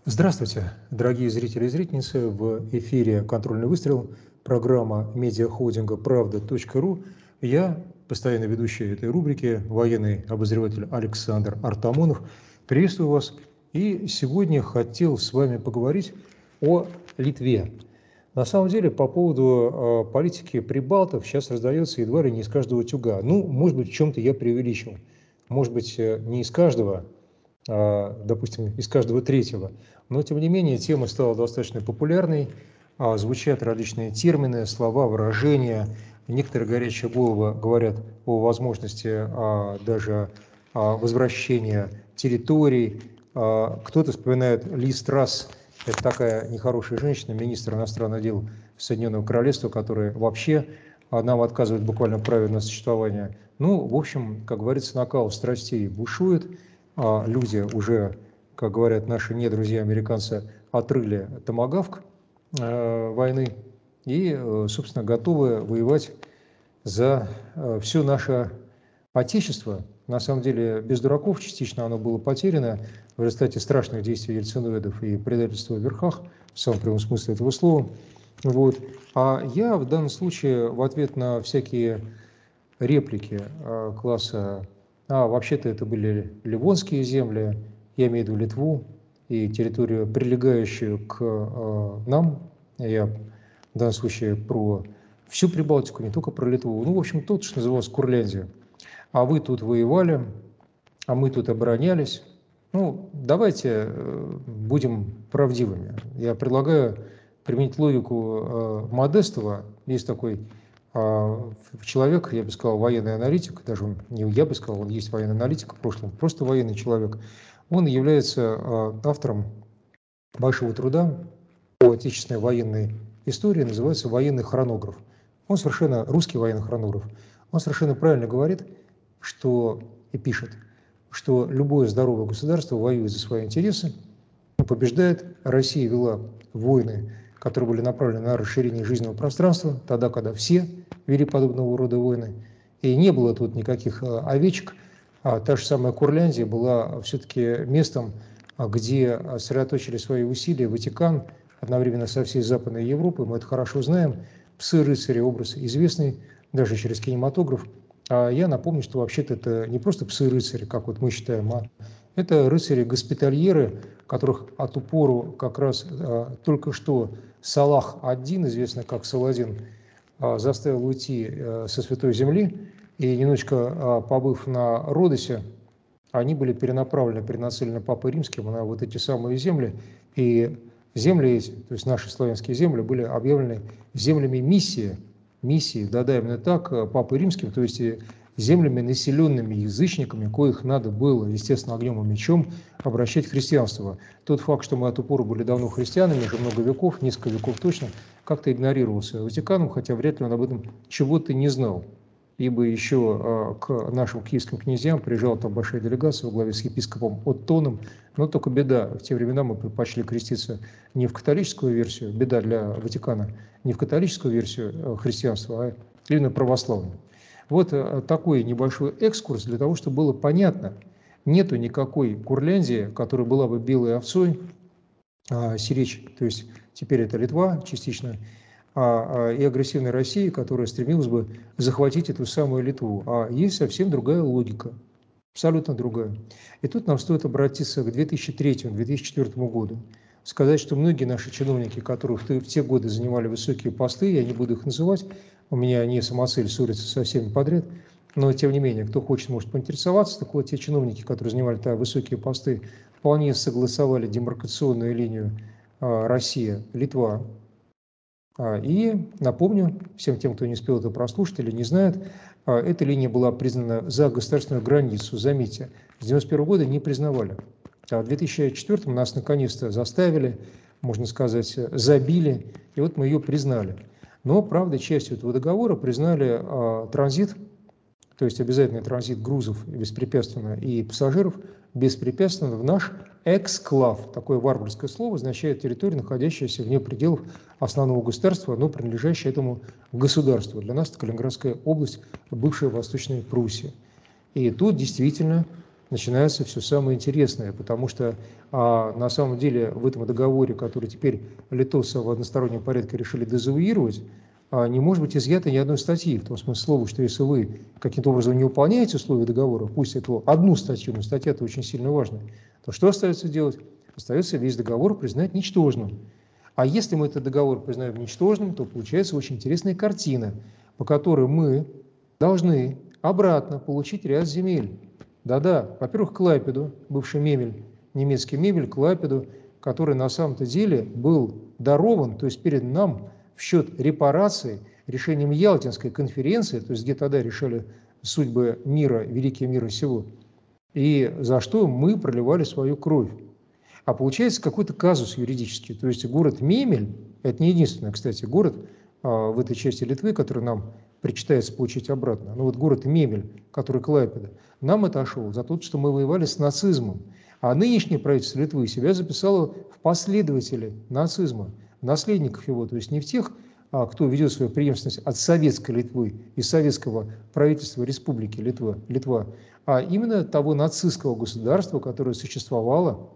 Здравствуйте, дорогие зрители и зрительницы. В эфире «Контрольный выстрел», программа медиахолдинга «Правда.ру». Я, постоянно ведущий этой рубрики, военный обозреватель Александр Артамонов. Приветствую вас. И сегодня хотел с вами поговорить о Литве. На самом деле, по поводу политики прибалтов сейчас раздается едва ли не из каждого утюга. Ну, может быть, в чем-то я преувеличил. Может быть, не из каждого, допустим, из каждого третьего. Но, тем не менее, тема стала достаточно популярной. Звучат различные термины, слова, выражения. Некоторые горячие головы говорят о возможности даже возвращения территорий. Кто-то вспоминает Лиз Трасс. Это такая нехорошая женщина, министр иностранных дел Соединенного Королевства, которая вообще нам отказывает буквально в праве на существование. Ну, в общем, как говорится, накал страстей бушует. Люди уже, как говорят наши недрузья американцы, отрыли томагавк войны и, собственно, готовы воевать за все наше Отечество. На самом деле, без дураков частично оно было потеряно в результате страшных действий ельциноидов и предательства в верхах, в самом прямом смысле этого слова. Вот. А я в данном случае в ответ на всякие реплики класса вообще-то это были ливонские земли, я имею в виду Литву и территорию, прилегающую к нам. Я в данном случае про всю Прибалтику, не только про Литву. Ну, в общем, тут, что называлось, Курляндия. А вы тут воевали, а мы тут оборонялись. Ну, давайте будем правдивыми. Я предлагаю применить логику Модестова. Есть такой человек, я бы сказал, военный аналитик, даже он, не я бы сказал, он есть военный аналитик в прошлом, просто военный человек. Он является автором большого труда по отечественной военной истории, называется «Военный хронограф». Он совершенно русский военный хронограф. Он совершенно правильно говорит, что и пишет, что любое здоровое государство воюет за свои интересы, побеждает. Россия вела войны, которые были направлены на расширение жизненного пространства, тогда, когда все вели подобного рода войны. И не было тут никаких овечек. Та же самая Курляндия была все-таки местом, где сосредоточили свои усилия Ватикан, одновременно со всей Западной Европой. Мы это хорошо знаем. Псы-рыцари, образ известный даже через кинематограф. Я напомню, что вообще-то это не просто псы-рыцари, как вот мы считаем, а это рыцари-госпитальеры, которых от упору как раз только что Салах ад-Дин, известный как Саладин, заставил уйти со Святой Земли, и немножечко побыв на Родосе, они были перенацелены Папой Римским на вот эти самые земли, и земли эти, то есть наши славянские земли, были объявлены землями миссии, да-да, именно так, Папой Римским, то есть землями, населенными язычниками, коих надо было, естественно, огнем и мечом обращать в христианство. Тот факт, что мы от упора были давно христианами, уже много веков, несколько веков точно, как-то игнорировался Ватиканом, хотя вряд ли он об этом чего-то не знал. Ибо еще к нашим киевским князьям приезжала там большая делегация во главе с епископом Оттоном, но только беда, в те времена мы предпочли креститься не в католическую версию, беда для Ватикана, не в католическую версию христианства, а именно православную. Вот такой небольшой экскурс для того, чтобы было понятно, нету никакой Курляндии, которая была бы белой овцой, сиречь, то есть теперь это Литва частично, и агрессивной России, которая стремилась бы захватить эту самую Литву. А есть совсем другая логика, абсолютно другая. И тут нам стоит обратиться к 2003-2004 году. Сказать, что многие наши чиновники, которые в те годы занимали высокие посты, я не буду их называть, у меня не самоцель ссориться со всеми подряд, но тем не менее, кто хочет, может поинтересоваться. Так вот, те чиновники, которые занимали тогда высокие посты, вполне согласовали демаркационную линию Россия-Литва. И напомню всем тем, кто не успел это прослушать или не знает, эта линия была признана за государственную границу. Заметьте, с 1991 года не признавали. А в 2004 нас наконец-то заставили, можно сказать, забили, и вот мы ее признали. Но, правда, частью этого договора признали транзит, то есть обязательный транзит грузов беспрепятственно и пассажиров беспрепятственно в наш эксклав. Такое варварское слово означает территорию, находящуюся вне пределов основного государства, но принадлежащее этому государству. Для нас это Калининградская область, бывшая Восточная Пруссия. И тут действительно начинается все самое интересное, потому что на самом деле в этом договоре, который теперь литовцы в одностороннем порядке решили дезавуировать, не может быть изъято ни одной статьи, в том смысле слова, что если вы каким-то образом не выполняете условия договора, пусть это одну статью, но статья-то очень сильно важна, то что остается делать? Остается весь договор признать ничтожным. А если мы этот договор признаем ничтожным, то получается очень интересная картина, по которой мы должны обратно получить ряд земель. Да-да, во-первых, Клайпеду, бывший Мемель, немецкий Мемель, Клайпеду, который на самом-то деле был дарован, то есть передан нам в счет репараций решением Ялтинской конференции, то есть где тогда решали судьбы мира, великие мира сего, и за что мы проливали свою кровь. А получается какой-то казус юридический, то есть город Мемель, это не единственный, кстати, город в этой части Литвы, который нам причитается получить обратно, но вот город Мемель, который Клайпеда, нам отошел за то, что мы воевали с нацизмом. А нынешнее правительство Литвы себя записало в последователи нацизма, наследников его, то есть не в тех, кто ведет свою преемственность от советской Литвы и советского правительства Республики Литва, а именно того нацистского государства, которое существовало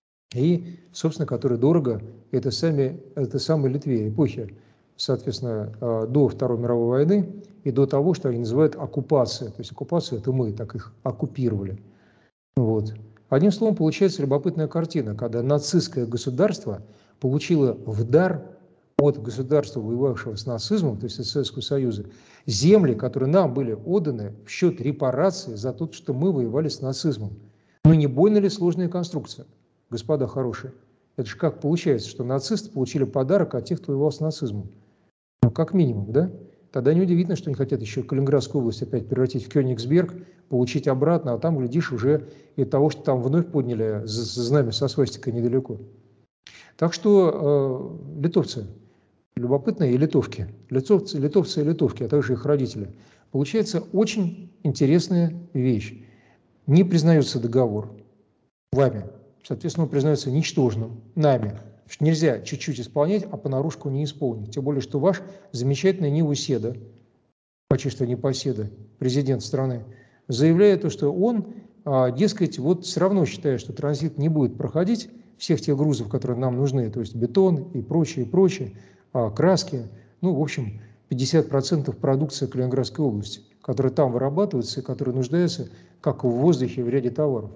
и, собственно, которое дорого этой самой Литве, эпохи, соответственно, до Второй мировой войны и до того, что они называют оккупацией. То есть оккупация – это мы так их оккупировали. Вот. Одним словом, получается любопытная картина, когда нацистское государство получило в дар от государства, воевавшего с нацизмом, то есть от Советского Союза, земли, которые нам были отданы в счет репарации за то, что мы воевали с нацизмом. Ну не больно ли сложная конструкция, господа хорошие? Это же как получается, что нацисты получили подарок от тех, кто воевал с нацизмом? Ну, как минимум, да? Тогда неудивительно, что они хотят еще Калининградскую область опять превратить в Кёнигсберг, получить обратно, а там, глядишь, уже и того, что там вновь подняли знамя со свастикой недалеко. Так что литовцы, любопытные и литовки, литовцы и литовки, а также их родители, получается очень интересная вещь. Не признается договор вами, соответственно, он признается ничтожным нами. Нельзя чуть-чуть исполнять, а понарошку не исполнить. Тем более, что ваш замечательный Невуседа, почти что непоседа, президент страны, заявляет, что он, дескать, вот все равно считает, что транзит не будет проходить всех тех грузов, которые нам нужны, то есть бетон и прочее, краски, ну, в общем, 50% продукции Калининградской области, которая там вырабатывается и которая нуждается как в воздухе в ряде товаров.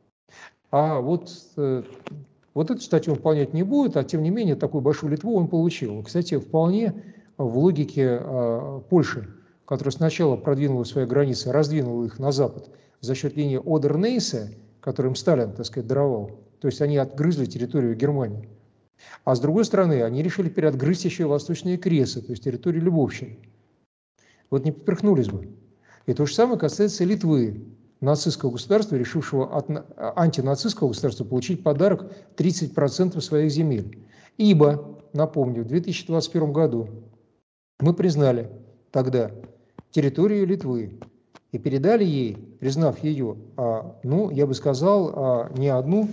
А вот эту статью он выполнять не будет, а тем не менее такую большую Литву он получил. Кстати, вполне в логике Польши, которая сначала продвинула свои границы, раздвинула их на запад за счет линии Одер-Нейсе, которым Сталин, так сказать, даровал. То есть они отгрызли территорию Германии. А с другой стороны, они решили теперь отгрызть еще и восточные Кресы, то есть территорию Львовщины. Вот не поперхнулись бы. И то же самое касается Литвы, нацистского государства, решившего от антинацистского государства получить подарок 30% своих земель. Ибо, напомню, в 2021 году мы признали тогда территорию Литвы и передали ей, признав ее, ну, я бы сказал, не одну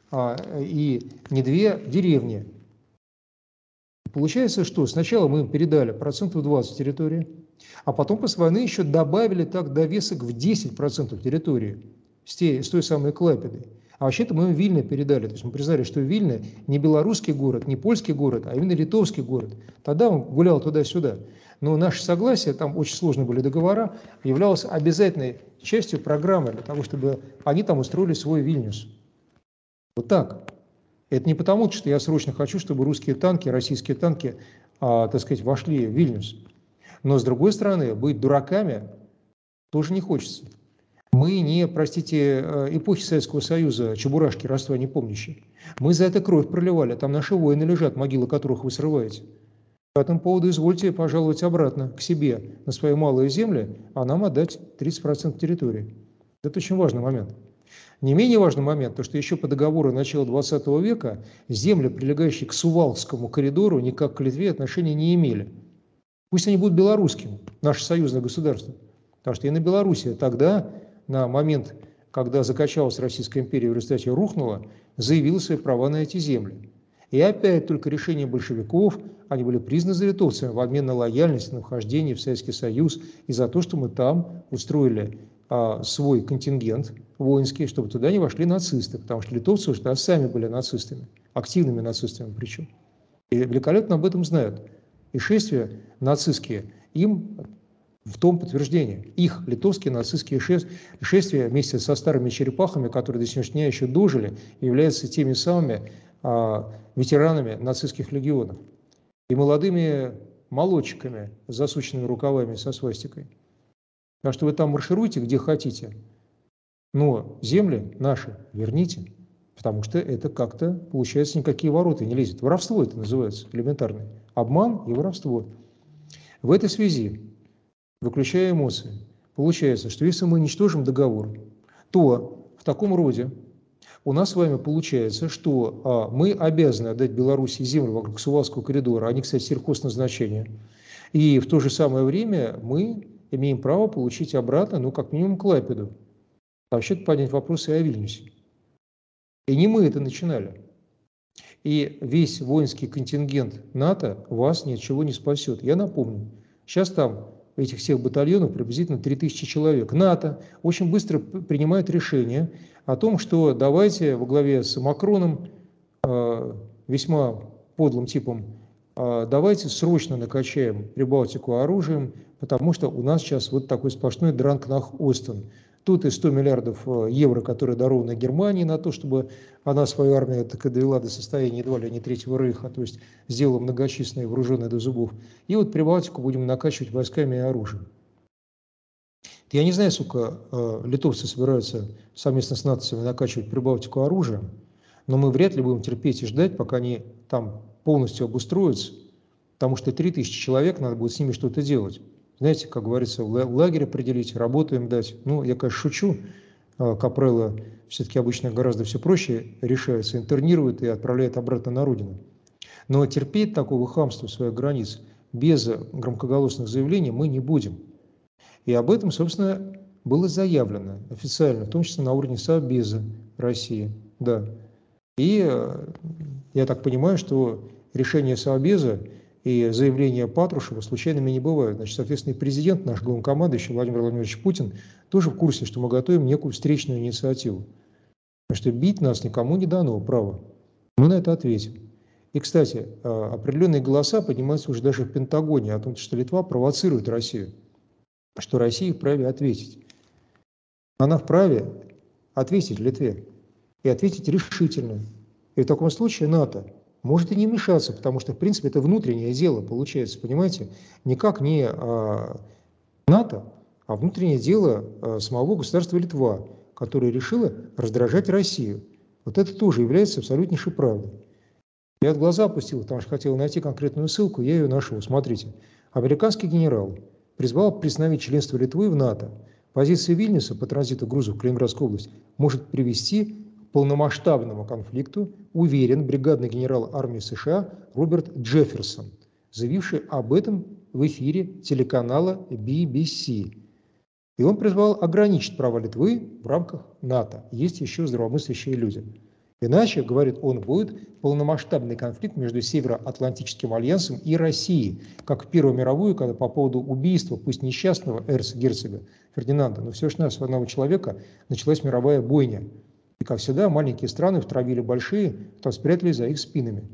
и не две деревни. Получается, что сначала мы им передали 20% территории, а потом после войны еще добавили так довесок в 10% территории с той самой Клайпеды. А вообще-то мы им Вильно передали. То есть мы признали, что Вильно не белорусский город, не польский город, а именно литовский город. Тогда он гулял туда-сюда. Но наше согласие, там очень сложные были договора, являлось обязательной частью программы для того, чтобы они там устроили свой Вильнюс. Вот так. Это не потому, что я срочно хочу, чтобы русские танки, российские танки, так сказать, вошли в Вильнюс. Но, с другой стороны, быть дураками тоже не хочется. Мы не, простите, эпохи Советского Союза, чебурашки, родства не помнящие. Мы за это кровь проливали, там наши воины лежат, могилы которых вы срываете. По этому поводу извольте пожаловать обратно к себе на свои малые земли, а нам отдать 30% территории. Это очень важный момент. Не менее важный момент, то что еще по договору начала 20 века земли, прилегающие к Сувалкскому коридору, никак к Литве отношения не имели. Пусть они будут белорусскими, наше союзное государство. Потому что и на Белоруссии тогда, на момент, когда закачалась Российская империя, в результате рухнула, заявила свои права на эти земли. И опять только решение большевиков, они были признаны за литовцами в обмен на лояльность, на вхождение в Советский Союз и за то, что мы там устроили свой контингент воинский, чтобы туда не вошли нацисты, потому что литовцы уже сами были нацистами, активными нацистами причем. И великолепно об этом знают. И шествия нацистские им в том подтверждение. Их литовские нацистские шествия вместе со старыми черепахами, которые до сегодняшнего дня еще дожили, являются теми самыми ветеранами нацистских легионов. И молодыми молодчиками с засученными рукавами со свастикой. Так что вы там маршируйте, где хотите, но земли наши верните, потому что это как-то, получается, никакие ворота не лезет. Воровство это называется, элементарный. Обман и воровство. В этой связи, выключая эмоции, получается, что если мы уничтожим договор, то в таком роде у нас с вами получается, что мы обязаны отдать Беларуси землю вокруг Сувалского коридора, они, кстати, сельхозназначения, и в то же самое время мы имеем право получить обратно, ну, как минимум, Клайпеду. А вообще-то поднять вопросы и о Вильнюсе. И не мы это начинали. И весь воинский контингент НАТО вас ни от чего не спасет. Я напомню, сейчас там этих всех батальонов приблизительно 3000 человек. НАТО очень быстро принимает решение о том, что давайте во главе с Макроном, весьма подлым типом, давайте срочно накачаем Прибалтику оружием, потому что у нас сейчас вот такой сплошной дранг nach Osten. Тут и 100 миллиардов евро, которые дарованы Германии на то, чтобы она свою армию так и довела до состояния едва ли не Третьего Рейха, то есть сделала многочисленные, вооруженные до зубов. И вот Прибалтику будем накачивать войсками и оружием. Я не знаю, сколько литовцы собираются совместно с нациями накачивать Прибалтику оружием, но мы вряд ли будем терпеть и ждать, пока они там полностью обустроятся, потому что 3000 человек, надо будет с ними что-то делать. Знаете, как говорится, лагерь определить, работу им дать. Ну, я, конечно, шучу. Капрелло все-таки обычно гораздо все проще решается, интернирует и отправляет обратно на родину. Но терпеть такого хамства своих границ без громкоголосных заявлений мы не будем. И об этом, собственно, было заявлено официально, в том числе на уровне Совбеза России. Да. И я так понимаю, что решение Совбеза и заявления Патрушева случайными не бывают. Значит, соответственно, и президент, наш главнокомандующий Владимир Владимирович Путин, тоже в курсе, что мы готовим некую встречную инициативу. Потому что бить нас никому не дано право. Мы на это ответим. И, кстати, определенные голоса поднимаются уже даже в Пентагоне о том, что Литва провоцирует Россию, что Россия вправе ответить. Она вправе ответить Литве и ответить решительно. И в таком случае НАТО может и не вмешаться, потому что, в принципе, это внутреннее дело, получается, понимаете? Никак не НАТО, а внутреннее дело самого государства Литва, которое решило раздражать Россию. Вот это тоже является абсолютнейшей правдой. Я от глаза опустил, потому что хотел найти конкретную ссылку, я ее нашел. Смотрите. Американский генерал призвал признать членство Литвы в НАТО. Позиция Вильнюса по транзиту грузов в Калининградскую область может привести к полномасштабному конфликту, уверен бригадный генерал армии США Роберт Джефферсон, заявивший об этом в эфире телеканала BBC. И он призвал ограничить права Литвы в рамках НАТО. Есть еще здравомыслящие люди. Иначе, говорит он, будет полномасштабный конфликт между Североатлантическим альянсом и Россией, как в Первую мировую, когда по поводу убийства, пусть несчастного эрцгерцога Фердинанда, но все же нас одного человека началась мировая бойня. И, как всегда, маленькие страны втравили большие, то спрятались за их спинами.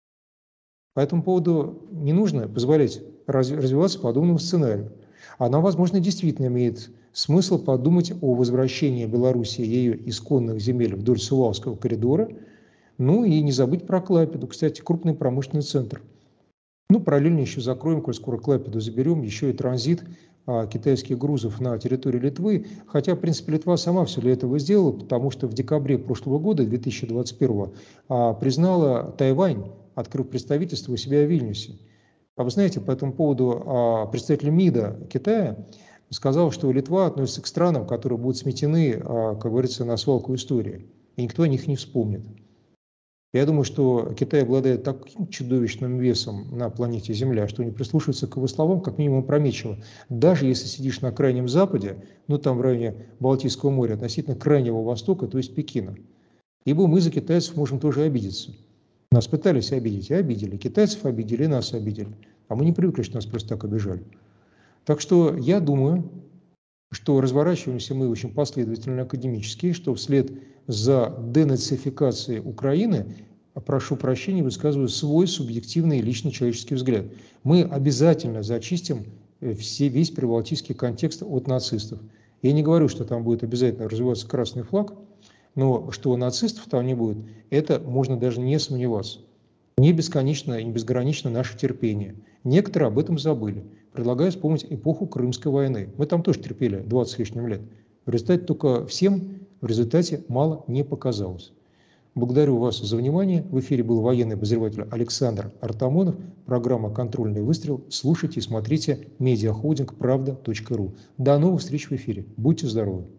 По этому поводу не нужно позволять развиваться подобному сценарию. Она, возможно, действительно имеет смысл подумать о возвращении Белоруссии ее исконных земель вдоль Сувалского коридора, ну и не забыть про Клайпеду, кстати, крупный промышленный центр. Ну, параллельно еще закроем, коль скоро Клайпеду заберем, еще и транзит китайских грузов на территорию Литвы, хотя, в принципе, Литва сама все для этого сделала, потому что в декабре прошлого года, 2021, признала Тайвань, открыв представительство у себя в Вильнюсе. А вы знаете, по этому поводу представитель МИДа Китая сказал, что Литва относится к странам, которые будут сметены, как говорится, на свалку истории, и никто о них не вспомнит. Я думаю, что Китай обладает таким чудовищным весом на планете Земля, что не прислушивается к его словам, как минимум опрометчиво. Даже если сидишь на Крайнем Западе, ну там в районе Балтийского моря, относительно Крайнего Востока, то есть Пекина. Ибо мы за китайцев можем тоже обидеться. Нас пытались обидеть и обидели. Китайцев обидели, нас обидели. А мы не привыкли, что нас просто так обижали. Так что я думаю, что разворачиваемся мы очень последовательно академически, что вслед за денацификацией Украины, прошу прощения, высказываю свой субъективный личный человеческий взгляд. Мы обязательно зачистим весь прибалтийский контекст от нацистов. Я не говорю, что там будет обязательно развиваться красный флаг, но что нацистов там не будет, это можно даже не сомневаться. Не бесконечно и не безгранично наше терпение. Некоторые об этом забыли. Предлагаю вспомнить эпоху Крымской войны. Мы там тоже терпели 20 с лишним лет. В результате только всем в результате мало не показалось. Благодарю вас за внимание. В эфире был военный обозреватель Александр Артамонов. Программа «Контрольный выстрел». Слушайте и смотрите медиахолдинг правда.ру. До новых встреч в эфире. Будьте здоровы.